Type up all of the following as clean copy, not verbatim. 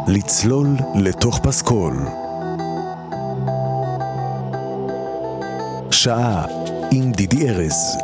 לצלול לתוך פסקול. שעה עם דידי ארז.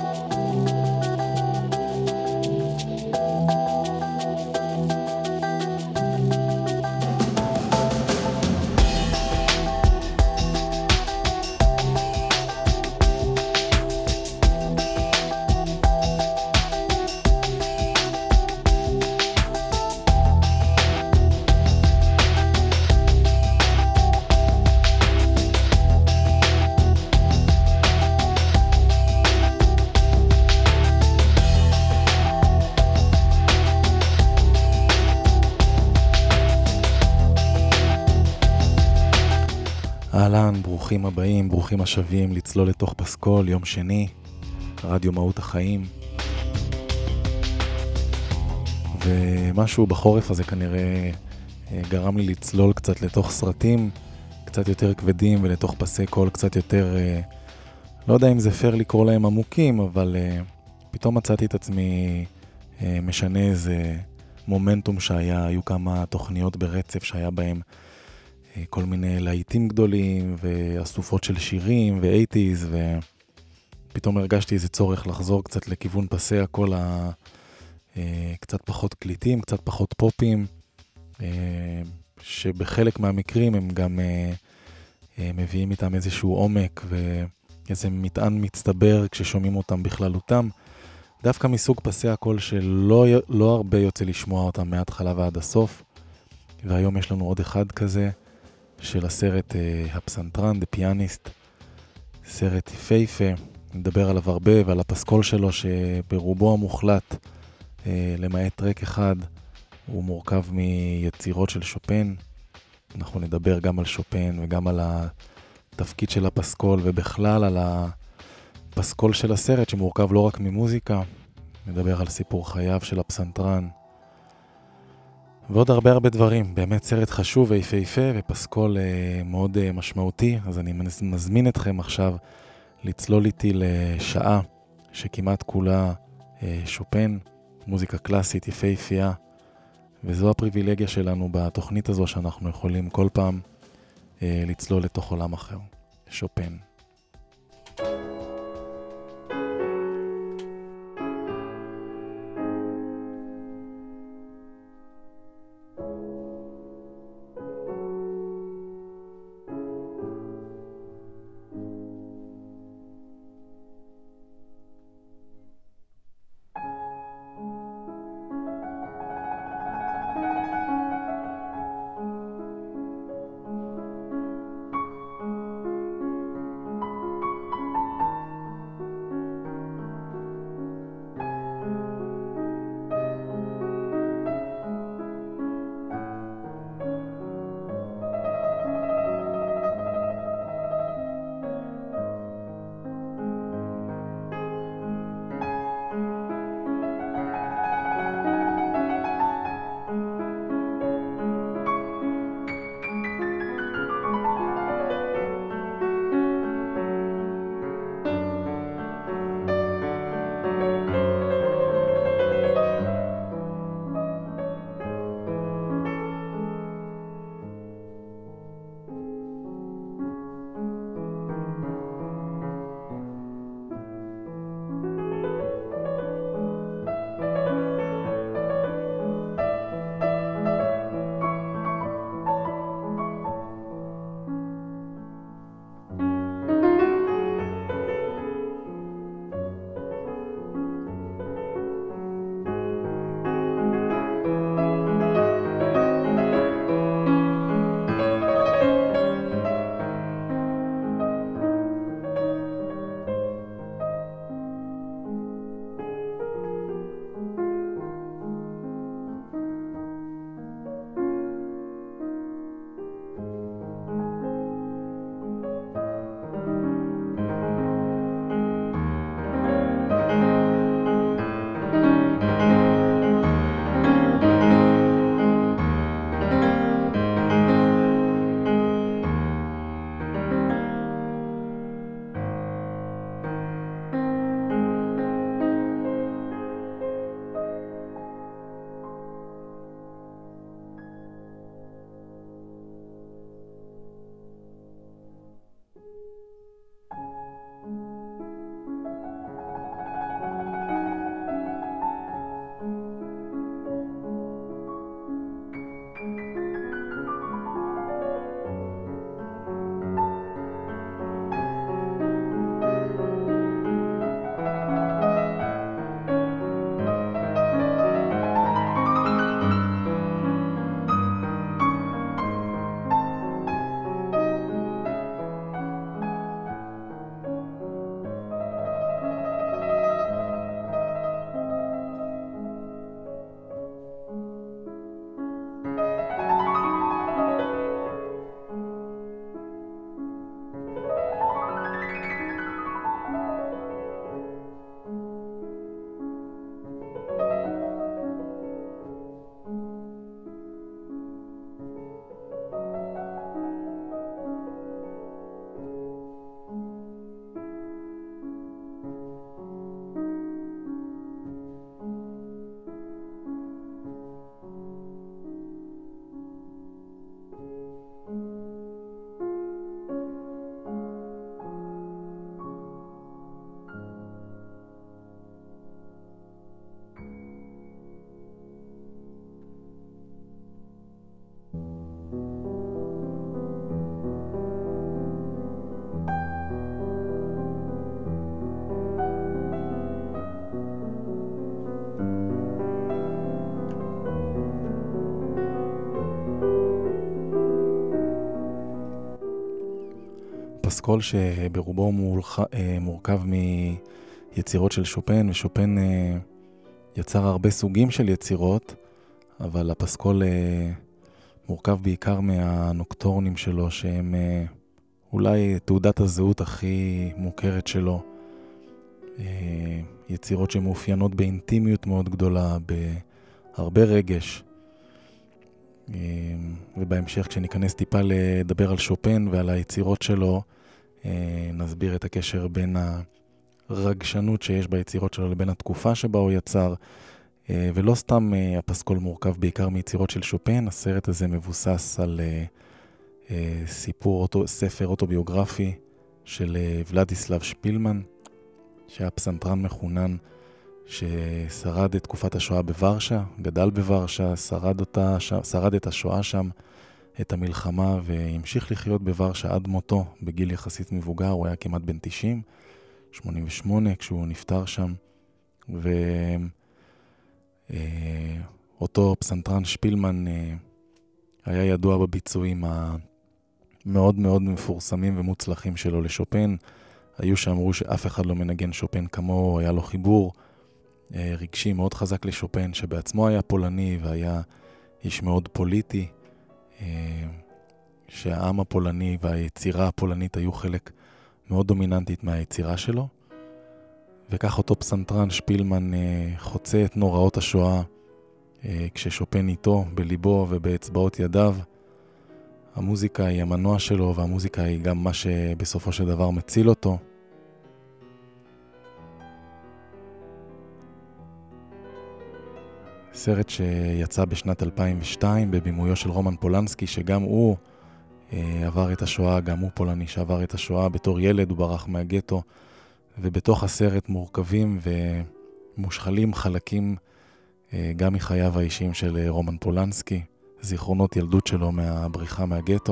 אהלן, ברוכים הבאים, ברוכים השבים לצלול לתוך פסקול, יום שני, רדיו מהות החיים. ומשהו בחורף הזה כנראה גרם לי לצלול קצת לתוך סרטים קצת יותר כבדים ולתוך פסי קול קצת יותר, לא יודע אם זה פייר לקרוא להם עמוקים, אבל פתאום מצאתי את עצמי משנה איזה מומנטום היו כמה תוכניות ברצף שהיה בהם כל מיני להיטים גדולים ואסופות של שירים ו-80s, ופתאום הרגשתי איזה צורך לחזור קצת לכיוון פסי הקול קצת פחות קליטים, קצת פחות פופים, שבחלק מהמקרים הם גם מביאים איתם איזשהו עומק ואיזה מטען מצטבר כששומעים אותם בכללותם, דווקא מסוג פסי הקול שלא הרבה יוצא לשמוע אותם מההתחלה ועד הסוף. והיום יש לנו עוד אחד כזה של הסרט הפסנתרן, The Pianist, סרט יפהפה, נדבר עליו הרבה ועל הפסקול שלו שברובו המוחלט, למעט טרק אחד, הוא מורכב מיצירות של שופן. אנחנו נדבר גם על שופן וגם על התפקיד של הפסקול ובכלל על הפסקול של הסרט שמורכב לא רק ממוזיקה, נדבר על סיפור חייו של הפסנתרן ועוד הרבה דברים. באמת סרט חשוב ויפהפה ופסקול מאוד משמעותי. אז אני מזמין אתכם עכשיו לצלול איתי לשעה שכמעט כולה שופן, מוזיקה קלאסית יפהפייה, וזו הפריבילגיה שלנו בתוכנית הזו, שאנחנו יכולים כל פעם לצלול לתוך עולם אחר. שופן. פסקול שברובו מורכב מיצירות של שופן, ושופן יצר הרבה סוגים של יצירות, אבל הפסקול מורכב בעיקר מהנוקטורנים שלו, שהם אולי תעודת הזהות הכי מוכרת שלו. יצירות שמאופיינות באינטימיות מאוד גדולה, בהרבה רגש. ובהמשך כשניכנס טיפה לדבר על שופן ועל היצירות שלו, נסביר את הקשר בין הרגשנות שיש ביצירות שלו לבין התקופה שבה הוא יצר. ולא סתם הפסקול מורכב בעיקר מיצירות של שופן, הסרט הזה מבוסס על ספר אוטוביוגרפי של ולדיסלב שפילמן, שהיה פסנתרן מחונן ששרד את תקופת השואה בוורשה, גדל בוורשה, שרד את השואה שם, את המלחמה, והמשיך לחיות בוורשה עד מותו בגיל יחסית מבוגר. הוא היה כמעט בן 90, 88 כשהוא נפטר שם. ואותו פסנתרן שפילמן היה ידוע בביצועים המאוד מאוד מפורסמים ומוצלחים שלו לשופן. היו שאמרו שאף אחד לא מנגן שופן כמוהו, היה לו חיבור רגשי מאוד חזק לשופן, שבעצמו היה פולני והיה איש מאוד פוליטי, שהעם הפולני והיצירה הפולנית היו חלק מאוד דומיננטית מהיצירה שלו. וכך אותו פסנתרן שפילמן חוצה את נוראות השואה, כששופן איתו בליבו ובאצבעות ידיו. המוזיקה היא המנוע שלו, והמוזיקה היא גם מה שבסופו של דבר מציל אותו. סרט שיצא בשנת 2002 בבימויו של רומן פולנסקי, שגם הוא עבר את השואה, גם הוא פולני שעבר את השואה. בתור ילד הוא ברח מהגטו, ובתוך הסרט מורכבים ומושחלים חלקים גם מחייו האישיים של רומן פולנסקי, זיכרונות ילדות שלו מהבריחה מהגטו.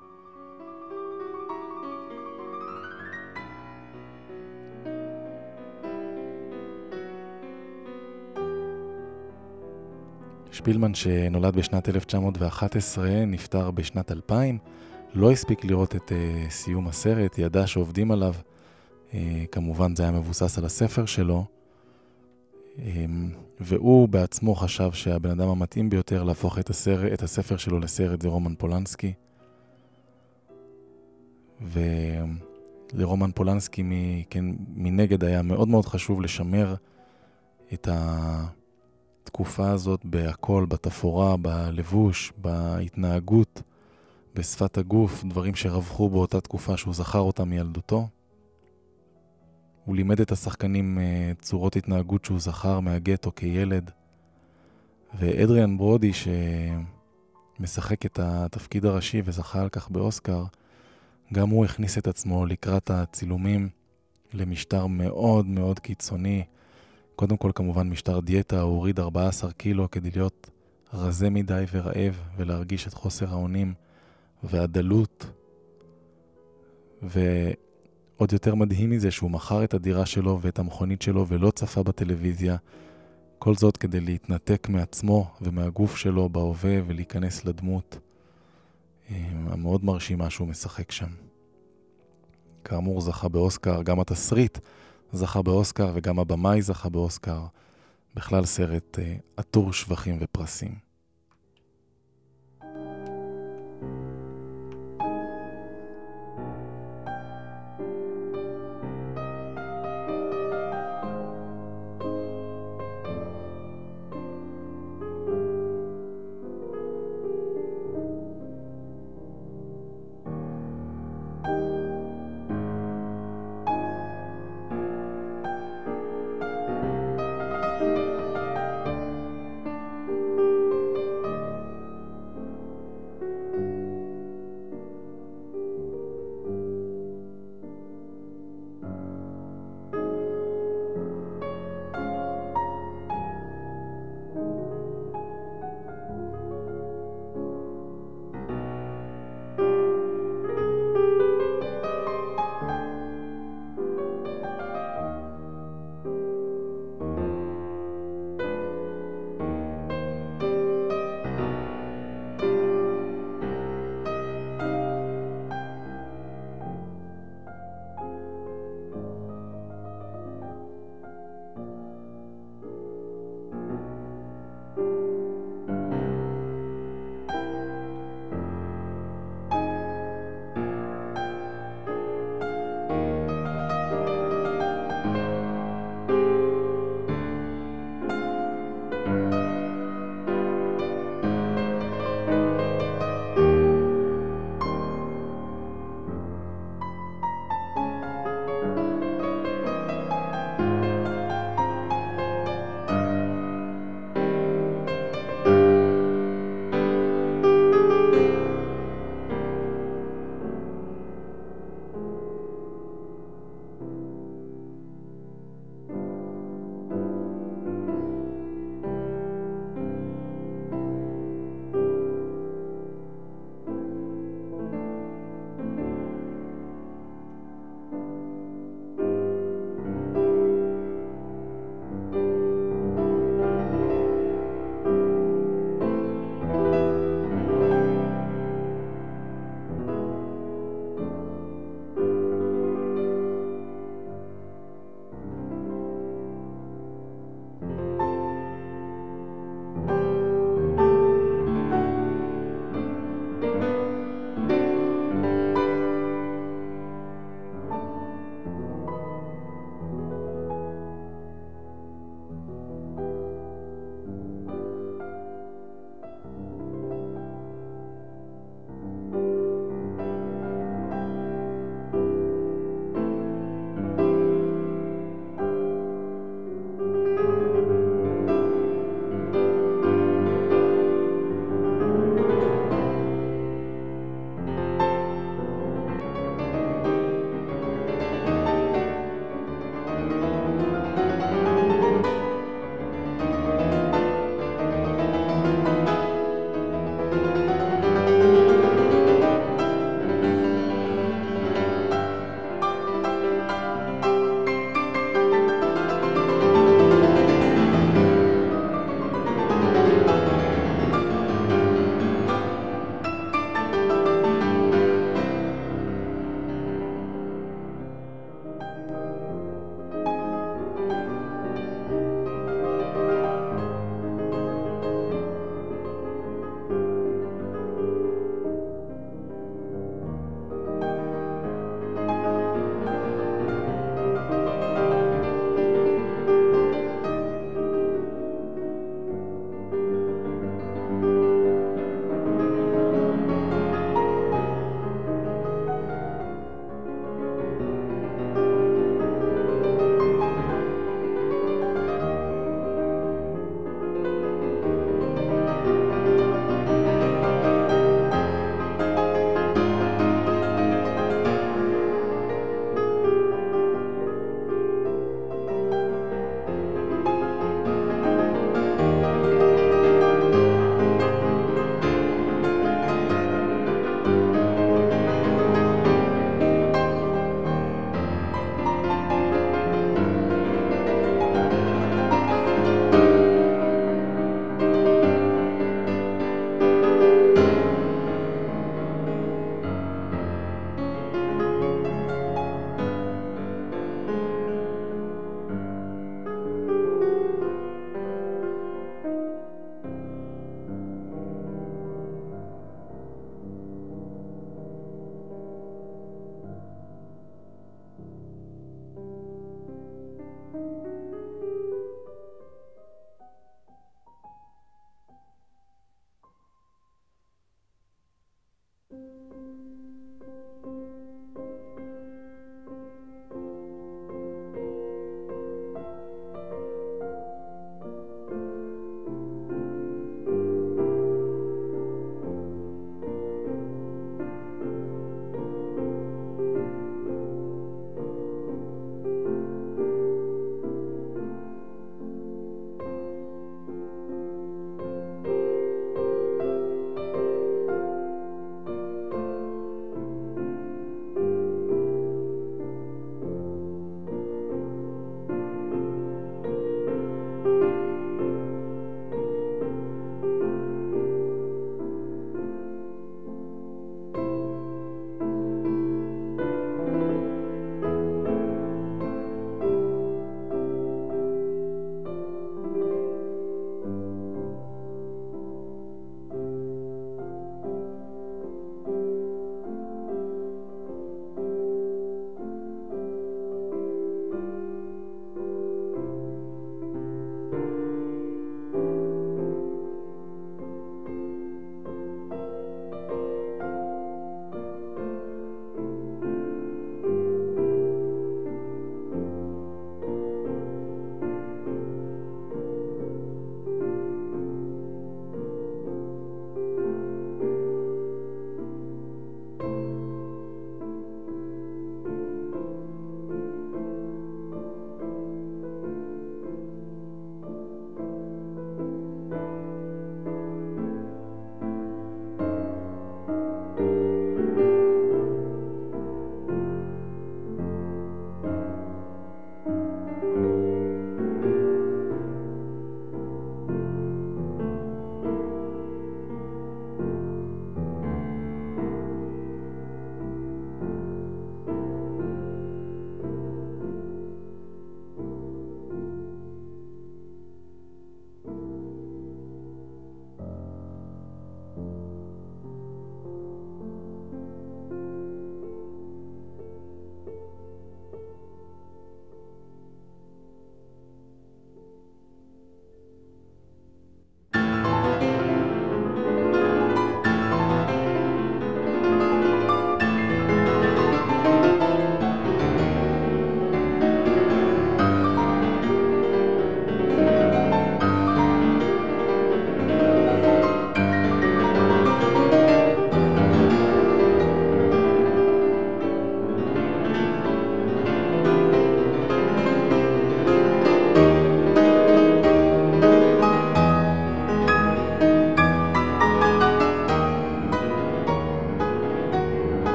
שפילמן, שנולד בשנת 1911, נפטר בשנת 2000, לא הספיק לראות את סיום הסרט, ידע שעובדים עליו. כמובן זה היה מבוסס על הספר שלו, והוא בעצמו חשב שהבן אדם המתאים ביותר להפוך את הספר שלו לסרט זה רומן פולנסקי. ולרומן פולנסקי מנגד היה מאוד מאוד חשוב לשמר את התקופה הזאת בהכל, בתפורה, בלבוש, בהתנהגות, בשפת הגוף, דברים שרווחו באותה תקופה שהוא זכר אותם מילדותו. הוא לימד את השחקנים צורות התנהגות שהוא זכר מהגטו כילד. ואדריאן ברודי, שמשחק את התפקיד הראשי וזכה על כך באוסקר, גם הוא הכניס את עצמו לקראת הצילומים למשטר מאוד מאוד קיצוני. קודם כל כמובן משטר דיאטה, הוא הוריד 14 קילו כדי להיות רזה מדי ורעב ולהרגיש את חוסר האונים והדלות. ועוד יותר מדהים מזה שהוא מכר את הדירה שלו ואת המכונית שלו ולא צפה בטלוויזיה. כל זאת כדי להתנתק מעצמו ומהגוף שלו בהווה ולהיכנס לדמות המאוד מרשימה שהוא משחק שם. כאמור זכה באוסקר, גם התסריט זכה באוסקר וגם הבמאי זכה באוסקר. בכלל סרט עטור שבחים ופרסים.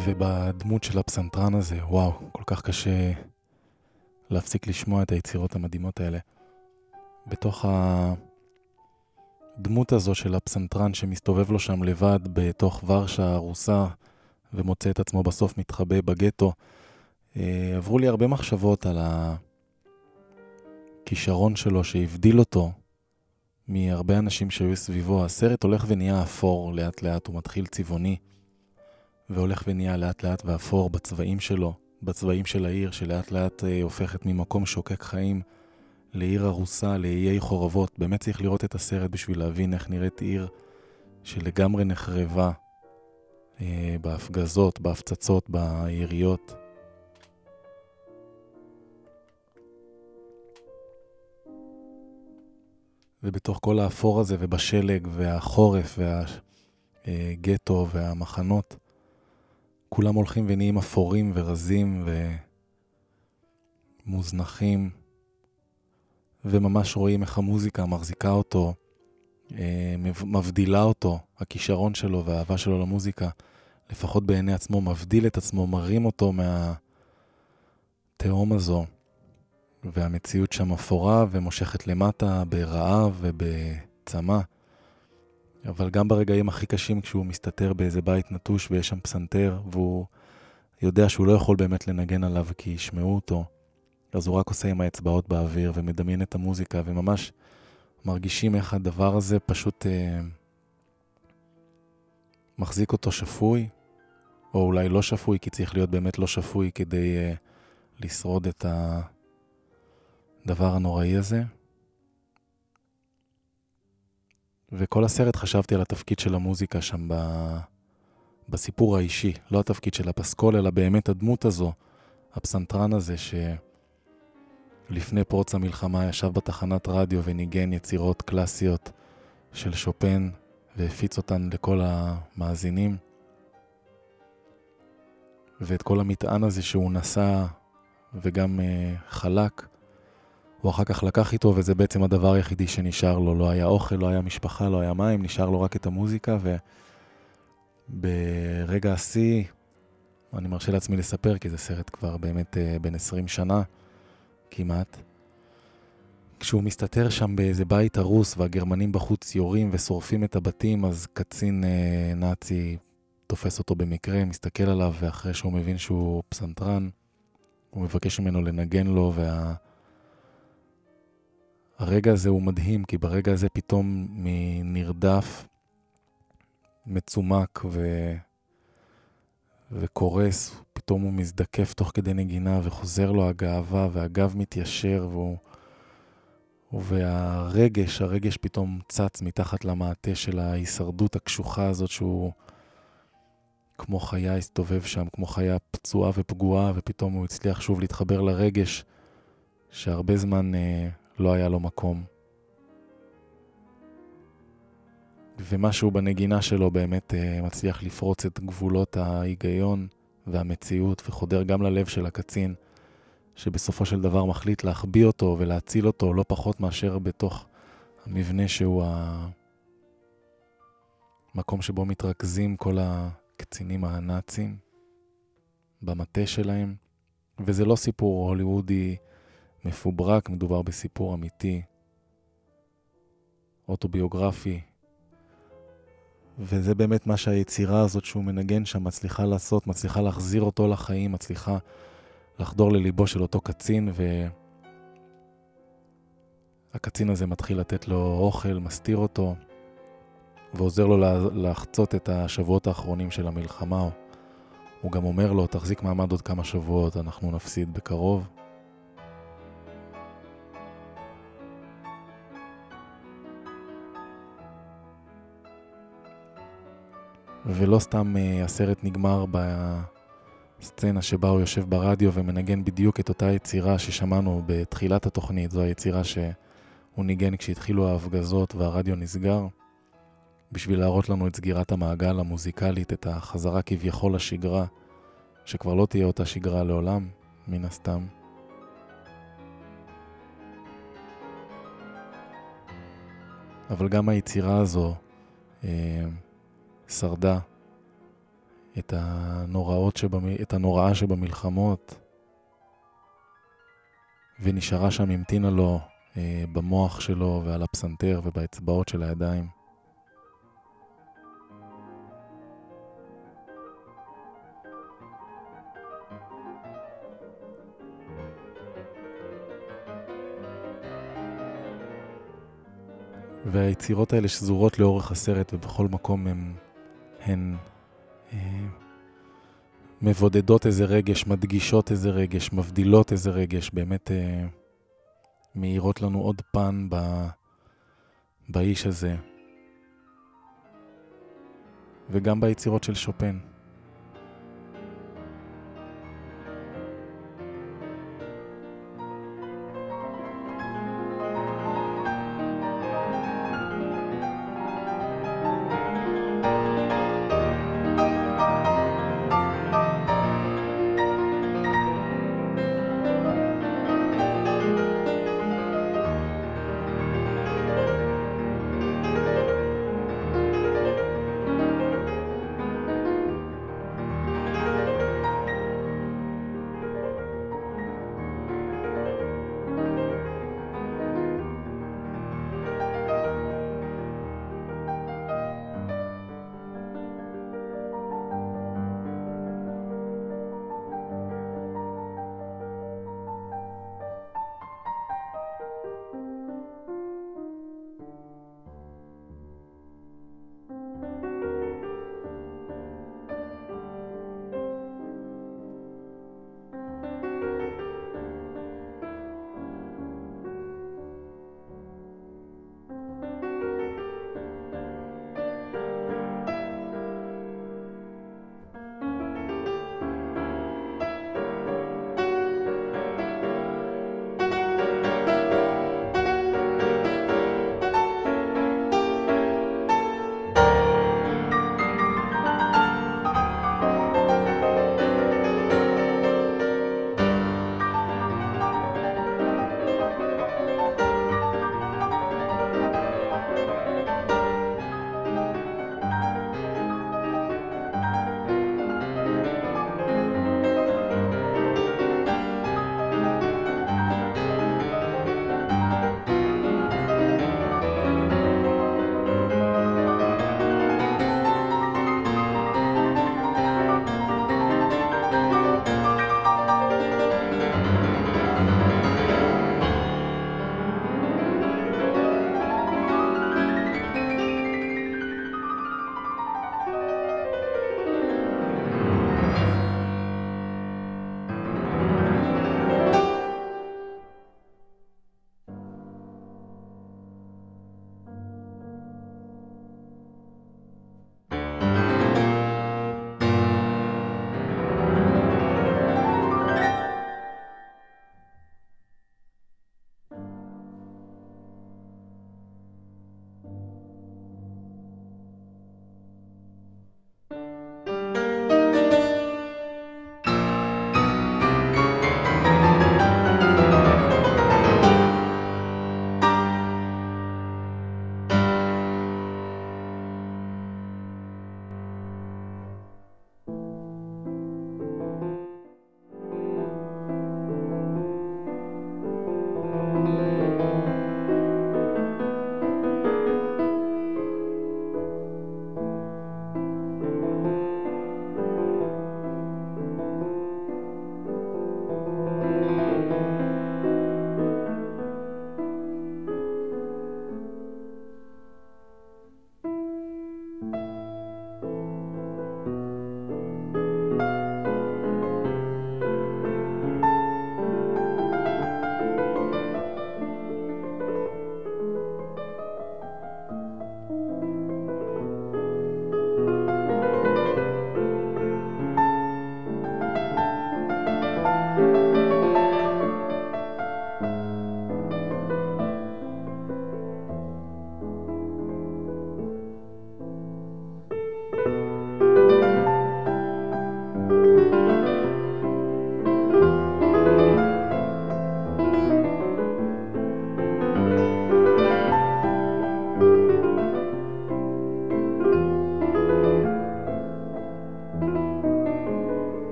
ובדמות של הפסנתרן הזה, וואו, כל כך קשה להפסיק לשמוע את היצירות המדהימות האלה. בתוך הדמות הזו של הפסנתרן שמסתובב לו שם לבד בתוך ורשה הרוסה ומוצא את עצמו בסוף מתחבא בגטו, עברו לי הרבה מחשבות על הכישרון שלו שהבדיל אותו מהרבה אנשים שהיו סביבו. הסרט הולך ונהיה אפור לאט לאט, הוא מתחיל צבעוני והולך ונהיה לאט לאט ואפור בצבעים שלו, בצבעים של העיר שלאט לאט הופכת ממקום שוקק חיים לעיר הרוסה, לאיי חורבות. באמת צריך לראות את הסרט בשביל להבין איך נראית עיר שלגמרי נחרבה בהפגזות, בהפצצות, ביריות. ובתוך כל האפור הזה ובשלג והחורף והגטו והמחנות, כולם הולכים ונהיים אפורים ורזים ומוזנחים, וממש רואים איך המוזיקה מחזיקה אותו, מבדילה אותו, הכישרון שלו והאהבה שלו למוזיקה, לפחות בעיני עצמו, מבדיל את עצמו, מרים אותו מהתהום הזו, והמציאות שם אפורה ומושכת למטה ברעב ובצמא. אבל גם ברגעים הכי קשים, כשהוא מסתתר באיזה בית נטוש ויש שם פסנתר, והוא יודע שהוא לא יכול באמת לנגן עליו כי ישמעו אותו, אז הוא רק עושה עם האצבעות באוויר ומדמיין את המוזיקה, וממש מרגישים איך הדבר הזה פשוט מחזיק אותו שפוי, או אולי לא שפוי, כי צריך להיות באמת לא שפוי כדי לשרוד את הדבר הנוראי הזה. וכל הסרט חשבתי על התפקיד של המוזיקה שם בסיפור האישי, לא התפקיד של הפסקול, אלא באמת הדמות הזו, הפסנתרן הזה שלפני פרוץ המלחמה ישב בתחנת רדיו וניגן יצירות קלאסיות של שופן והפיץ אותן לכל המאזינים. ואת כל המטען הזה שהוא נסע וגם חלק, הוא אחר כך לקח איתו, וזה בעצם הדבר היחידי שנשאר לו. לא היה אוכל, לא היה משפחה, לא היה מים, נשאר לו רק את המוזיקה. וברגע השיא, אני מרשה לעצמי לספר, כי זה סרט כבר באמת בין 20 שנה כמעט, כשהוא מסתתר שם באיזה בית הרוס והגרמנים בחוץ יורים ושורפים את הבתים, אז קצין נאצי תופס אותו במקרה, מסתכל עליו, ואחרי שהוא מבין שהוא פסנתרן, הוא מבקש ממנו לנגן לו, הרגע הזה הוא מדהים, כי ברגע הזה פתאום מנרדף, מצומק וקורס, פתאום הוא מזדקף תוך כדי נגינה וחוזר לו הגאווה, והגב מתיישר, והרגש פתאום צץ מתחת למעטה של ההישרדות הקשוחה הזאת, שהוא כמו חיה הסתובב שם, כמו חיה פצועה ופגועה, ופתאום הוא הצליח שוב להתחבר לרגש שהרבה זמן לא היה לו מקום. ומשהו בנגינה שלו באמת מצליח לפרוץ את גבולות ההיגיון והמציאות, וחודר גם ללב של הקצין, שבסופו של דבר מחליט להחביא אותו ולהציל אותו, לא פחות מאשר בתוך המבנה שהוא המקום שבו מתרכזים כל הקצינים הנאצים במטה שלהם. וזה לא סיפור הוליוודי מפוברק, מדובר בסיפור אמיתי, אוטוביוגרפי, וזה באמת מה שהיצירה הזאת שהוא מנגן שם מצליחה לעשות, מצליחה להחזיר אותו לחיים, מצליחה לחדור לליבו של אותו קצין, והקצין הזה מתחיל לתת לו אוכל, מסתיר אותו, ועוזר לו לחצות את השבועות האחרונים של המלחמה. הוא גם אומר לו, תחזיק מעמד עוד כמה שבועות, אנחנו נפסיד בקרוב. ולא סתם הסרט נגמר בסצנה שבה הוא יושב ברדיו ומנגן בדיוק את אותה יצירה ששמענו בתחילת התוכנית. זו היצירה שהוא ניגן כשהתחילו ההפגזות והרדיו נסגר, בשביל להראות לנו את סגירת המעגל המוזיקלית, את החזרה כביכול לשגרה, שכבר לא תהיה אותה שגרה לעולם, מן הסתם. אבל גם היצירה הזו שרדה את הנוראה שבמלחמות, ונשארה שם, המתינה לו במוח שלו ועל הפסנתר ובאצבעות של הידיים. והיצירות האלה שזורות לאורך הסרט ובכל מקום הן מבודדות איזה רגש, מדגישות איזה רגש, מבדילות איזה רגש, באמת מאירות לנו עוד פן באיש הזה. וגם ביצירות של שופן.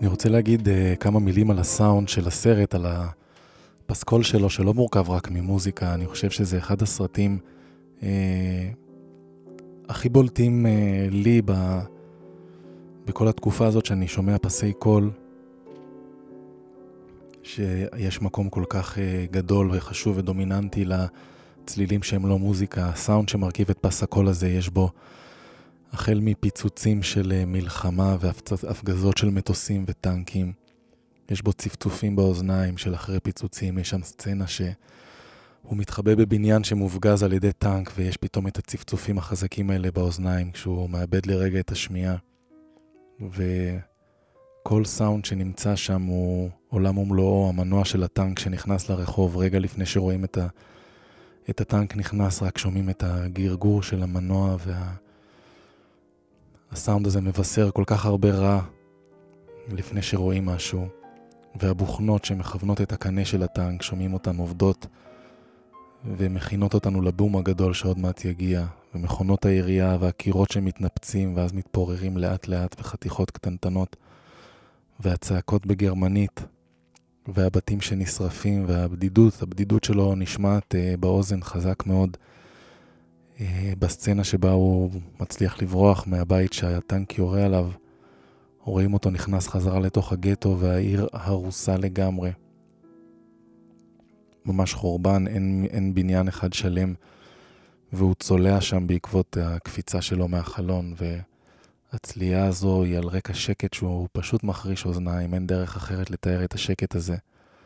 אני רוצה להגיד כמה מילים על הסאונד של הסרט, על הפסקול שלו, שלא מורכב רק ממוזיקה. אני חושב שזה אחד הסרטים הכי בולטים לי בכל התקופה הזאת שאני שומע פסי קול, שיש מקום כל כך גדול וחשוב ודומיננטי לצלילים שהם לא מוזיקה. הסאונד שמרכיב את פס הקול הזה, יש בו החל מפיצוצים של מלחמה והפגזות של מטוסים וטנקים. יש בו צפצופים באוזניים של אחרי פיצוצים. יש שם סצנה שהוא מתחבא בבניין שמופגז על ידי טנק, ויש פתאום את הצפצופים החזקים האלה באוזניים כשהוא מאבד לרגע את השמיעה. וכל סאונד שנמצא שם הוא עולם ומלואו. המנוע של הטנק שנכנס לרחוב רגע לפני שרואים את הטנק נכנס, רק שומעים את הגרגור של המנוע, הסאונד הזה מבשר כל כך הרבה רע לפני שרואים משהו. והבוכנות שמכוונות את הקנה של הטנק, שומעים אותן עובדות ומכינות אותנו לבום הגדול שעוד מעט יגיע. ומכונות העירייה והקירות שמתנפצים ואז מתפוררים לאט לאט בחתיכות קטנטנות. והצעקות בגרמנית והבתים שנשרפים והבדידות שלו נשמעת באוזן חזק מאוד. בסצנה שבה הוא מצליח לברוח מהבית שהטנק יורה עליו, רואים אותו נכנס חזרה לתוך הגטו והעיר הרוסה לגמרי. ממש חורבן, אין בניין אחד שלם, והוא צולע שם בעקבות הקפיצה שלו מהחלון, והצליעה הזו היא על רקע שקט שהוא פשוט מחריש אוזניים. אין דרך אחרת לתאר את השקט הזה.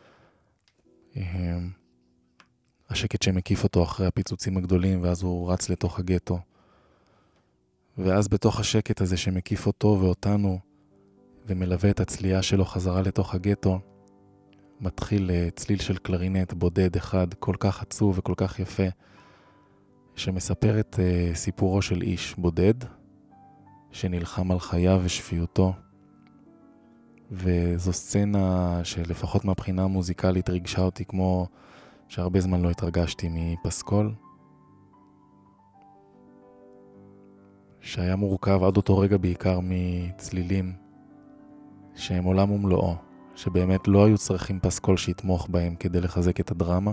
השקט שמקיף אותו אחרי הפיצוצים הגדולים, ואז הוא רץ לתוך הגטו. ואז בתוך השקט הזה שמקיף אותו ואותנו, ומלווה את הצליעה שלו חזרה לתוך הגטו, מתחיל צליל של קלרינט בודד אחד, כל כך עצוב וכל כך יפה, שמספר את סיפורו של איש בודד, שנלחם על חייו ושפיותו. וזו סצנה שלפחות מהבחינה המוזיקלית ריגשה אותי כמו שהרבה זמן לא התרגשתי מפסקול, שהיה מורכב עד אותו רגע בעיקר מצלילים שהם עולם ומלואו, שבאמת לא היו צריכים פסקול שיתמוך בהם כדי לחזק את הדרמה.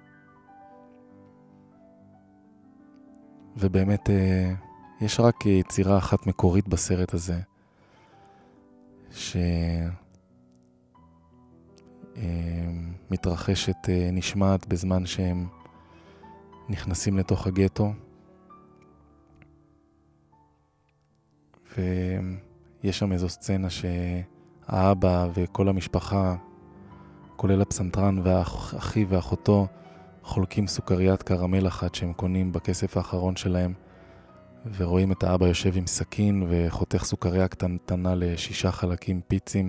ובאמת יש רק יצירה אחת מקורית בסרט הזה, מתרחשת, נשמעת בזמן שהם נכנסים לתוך הגטו, ויש שם איזו סצנה שהאבא וכל המשפחה, כולל הפסנתרן והאחי ואחותו, חולקים סוכריית קרמל אחת שהם קונים בכסף האחרון שלהם, ורואים את האבא יושב עם סכין וחותך סוכריה קטנטנה ל6 חלקים פיצים,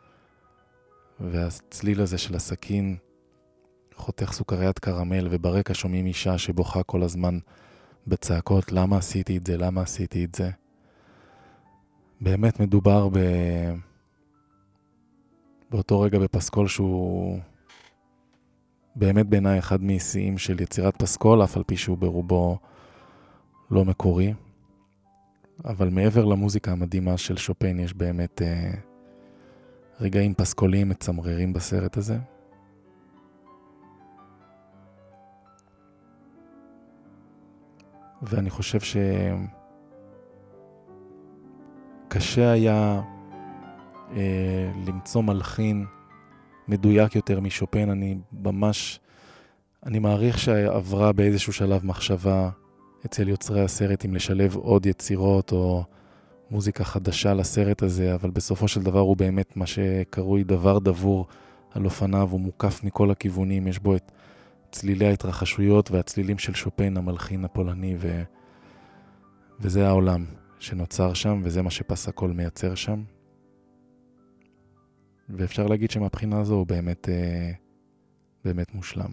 והצליל הזה של הסכין חותך סוכריית קרמל, וברקע שומעים אישה שבוכה כל הזמן בצעקות, למה עשיתי את זה, למה עשיתי את זה. באמת מדובר באותו רגע בפסקול שהוא באמת בעיניי אחד משיאים של יצירת פסקול, אף על פי שהוא ברובו לא מקורי. אבל מעבר למוזיקה המדהימה של שופן, יש באמת רגעים פסקוליים מצמררים בסרט הזה. ואני חושב שקשה היה למצוא מלחין מדויק יותר משופן. אני מעריך שעברה באיזשהו שלב מחשבה אצל יוצרי הסרט אם לשלב עוד יצירות או מוזיקה חדשה לסרט הזה, אבל בסופו של דבר הוא באמת מה שקרוי דבר דבור על אופניו, הוא מוקף מכל הכיוונים, יש בו את צלילי ההתרחשויות והצלילים של שופן, המלחין הפולני, וזה העולם שנוצר שם, וזה מה שפס הקול מייצר שם. ואפשר להגיד שמהבחינה הזו הוא באמת מושלם.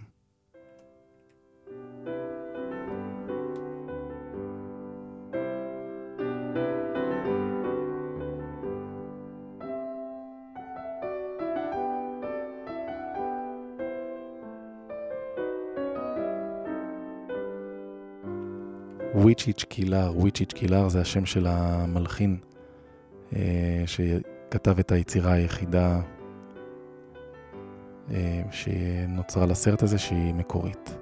וויצ'יץ' קילר זה השם של המלחין כתב את היצירה היחידה שנוצרה לסרט הזה, שהיא מקורית.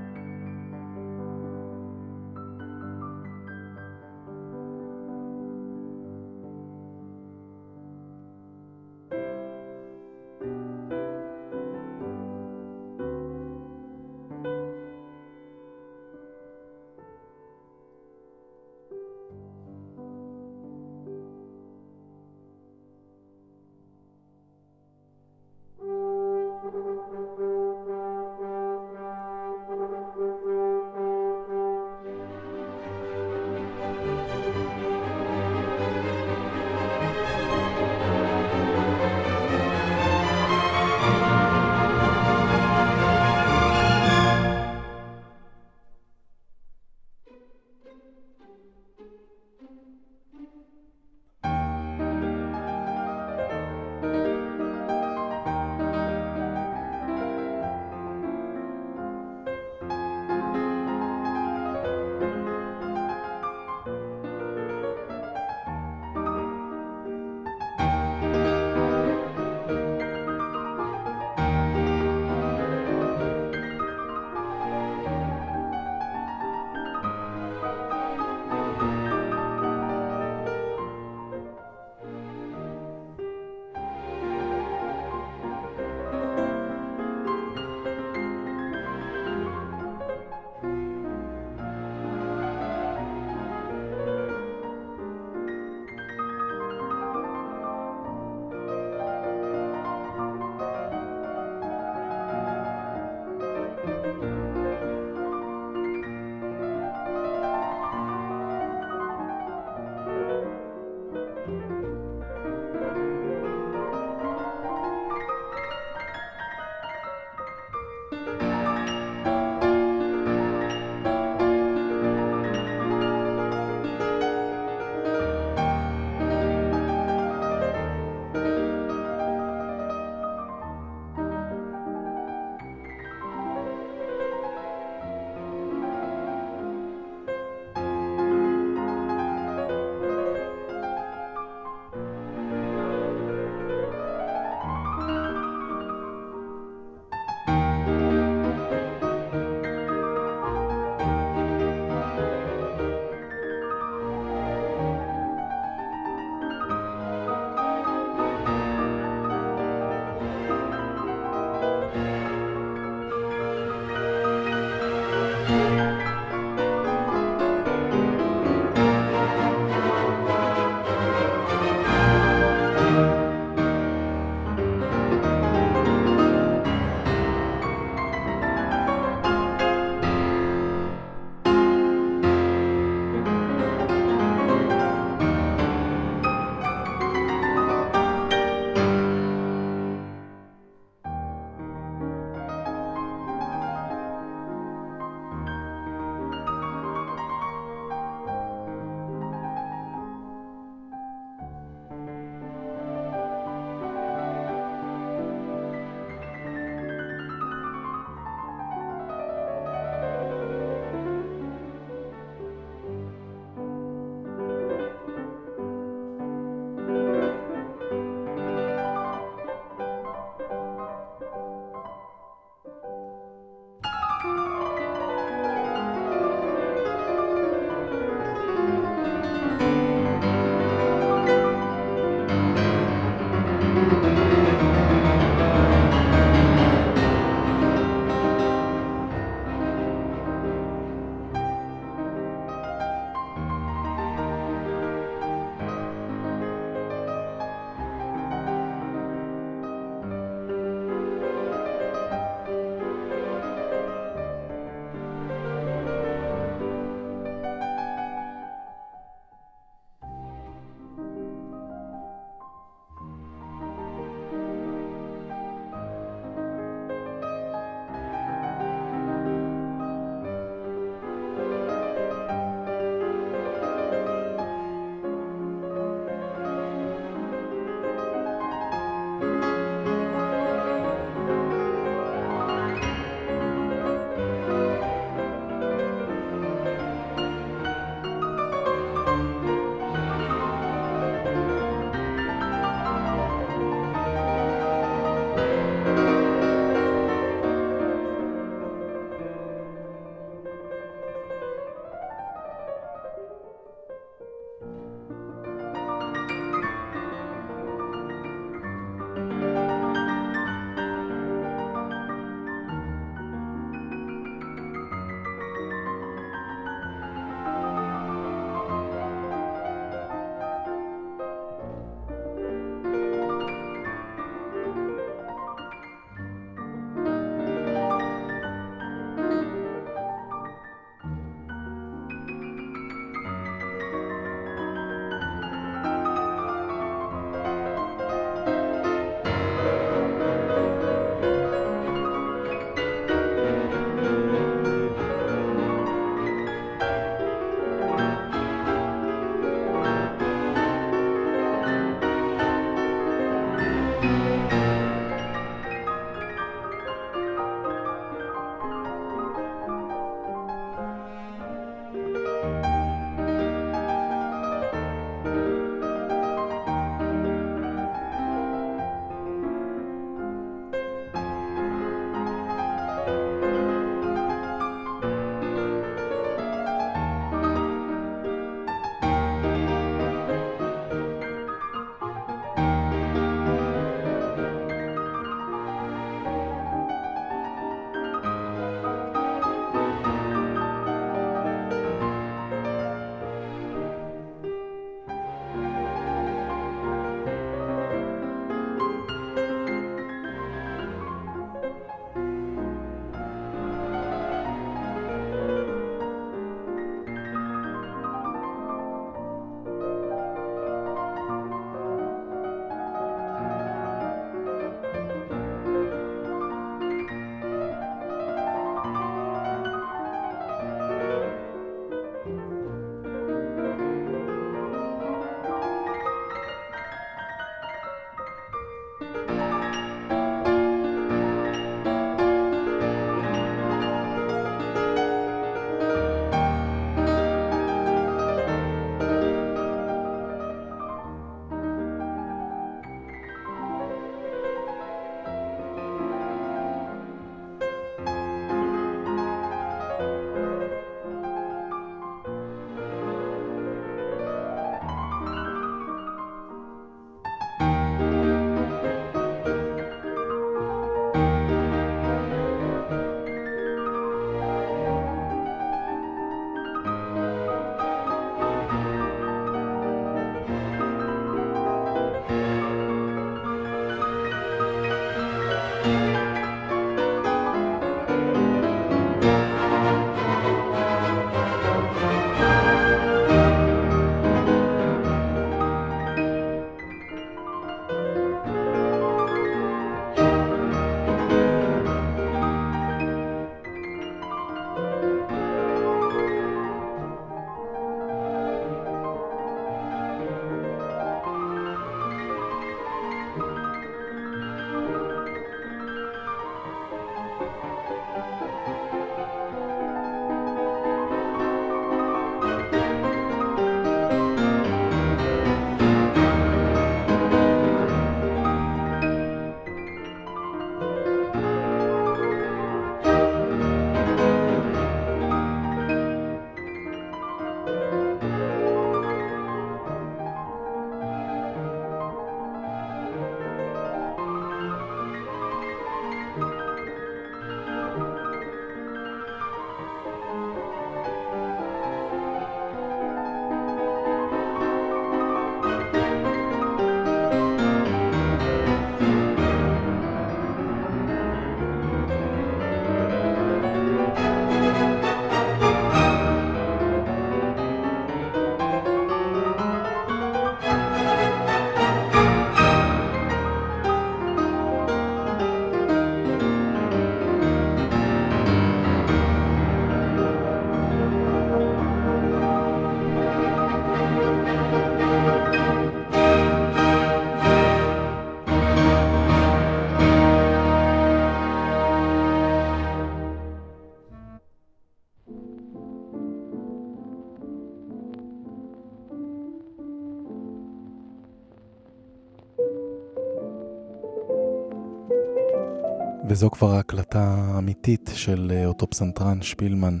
וזו כבר ההקלטה האמיתית של אותו פסנתרן שפילמן,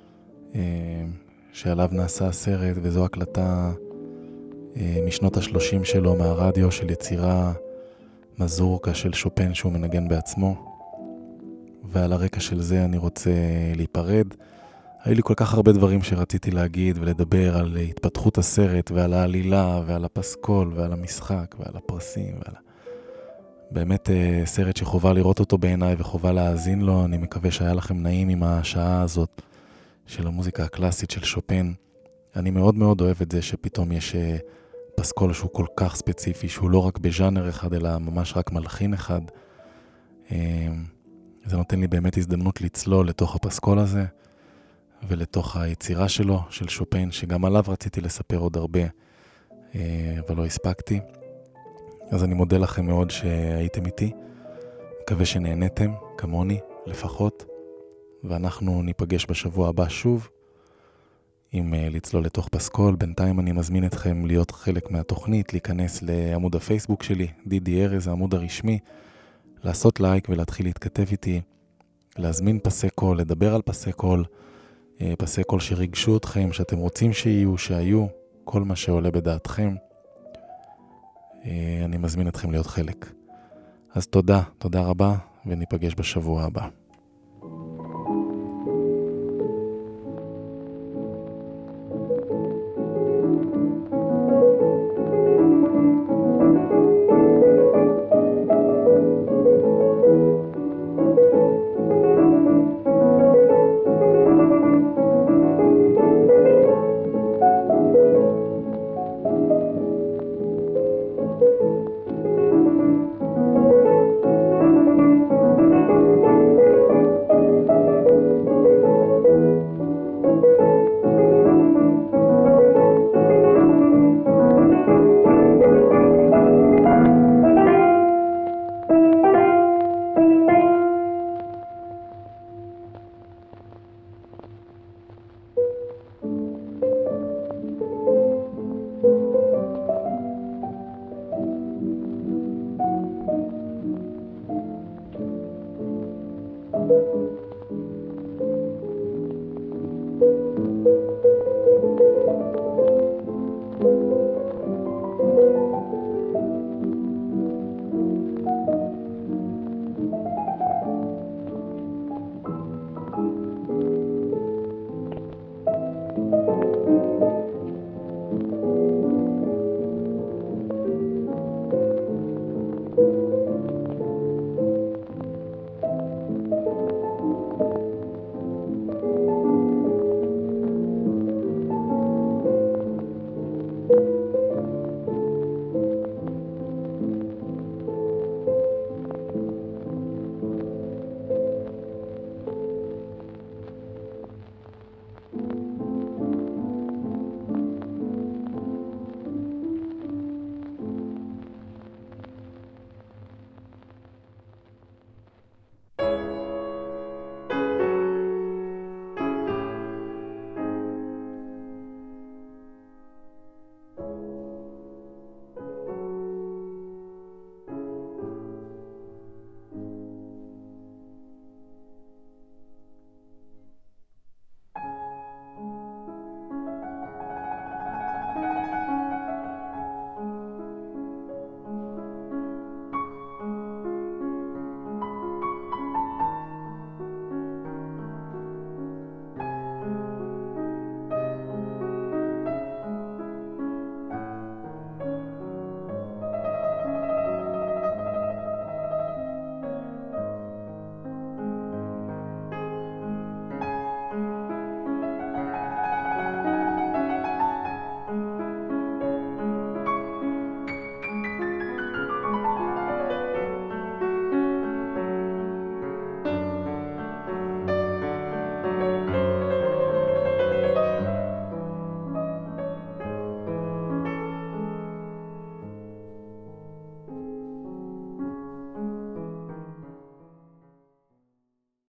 שעליו נעשה הסרט, וזו הקלטה משנות ה-30 שלו מהרדיו של יצירה מזורקה של שופן שהוא מנגן בעצמו. ועל הרקע של זה אני רוצה להיפרד. היו לי כל כך הרבה דברים שרציתי להגיד ולדבר על התפתחות הסרט ועל העלילה ועל הפסקול ועל המשחק ועל הפרסים באמת סרט שחובה לראות אותו בעיניי וחובה להאזין לו. אני מקווה שהיה לכם נעים עם השעה הזאת של המוזיקה הקלאסית של שופן. אני מאוד מאוד אוהב את זה שפתאום יש פסקול שהוא כל כך ספציפי, שהוא לא רק בז'אנר אחד אלא ממש רק מלחין אחד. זה נותן לי באמת הזדמנות לצלול לתוך הפסקול הזה ולתוך היצירה שלו, של שופן, שגם עליו רציתי לספר עוד הרבה, אבל לא הספקתי. אז אני מודה לכם מאוד שהייתם איתי, מקווה שנהנתם, כמוני לפחות, ואנחנו ניפגש בשבוע הבא שוב, עם לצלול לתוך פסקול. בינתיים אני מזמין אתכם להיות חלק מהתוכנית, להיכנס לעמוד הפייסבוק שלי, דידי ארז, העמוד הרשמי, לעשות לייק ולהתחיל להתכתב איתי, להזמין פסי קול, לדבר על פסי קול, פסי קול שריגשו אתכם, שאתם רוצים שיהיו, שהיו, כל מה שעולה בדעתכם. אני מזמין אתכם להיות חלק. אז תודה רבה, וניפגש בשבוע הבא.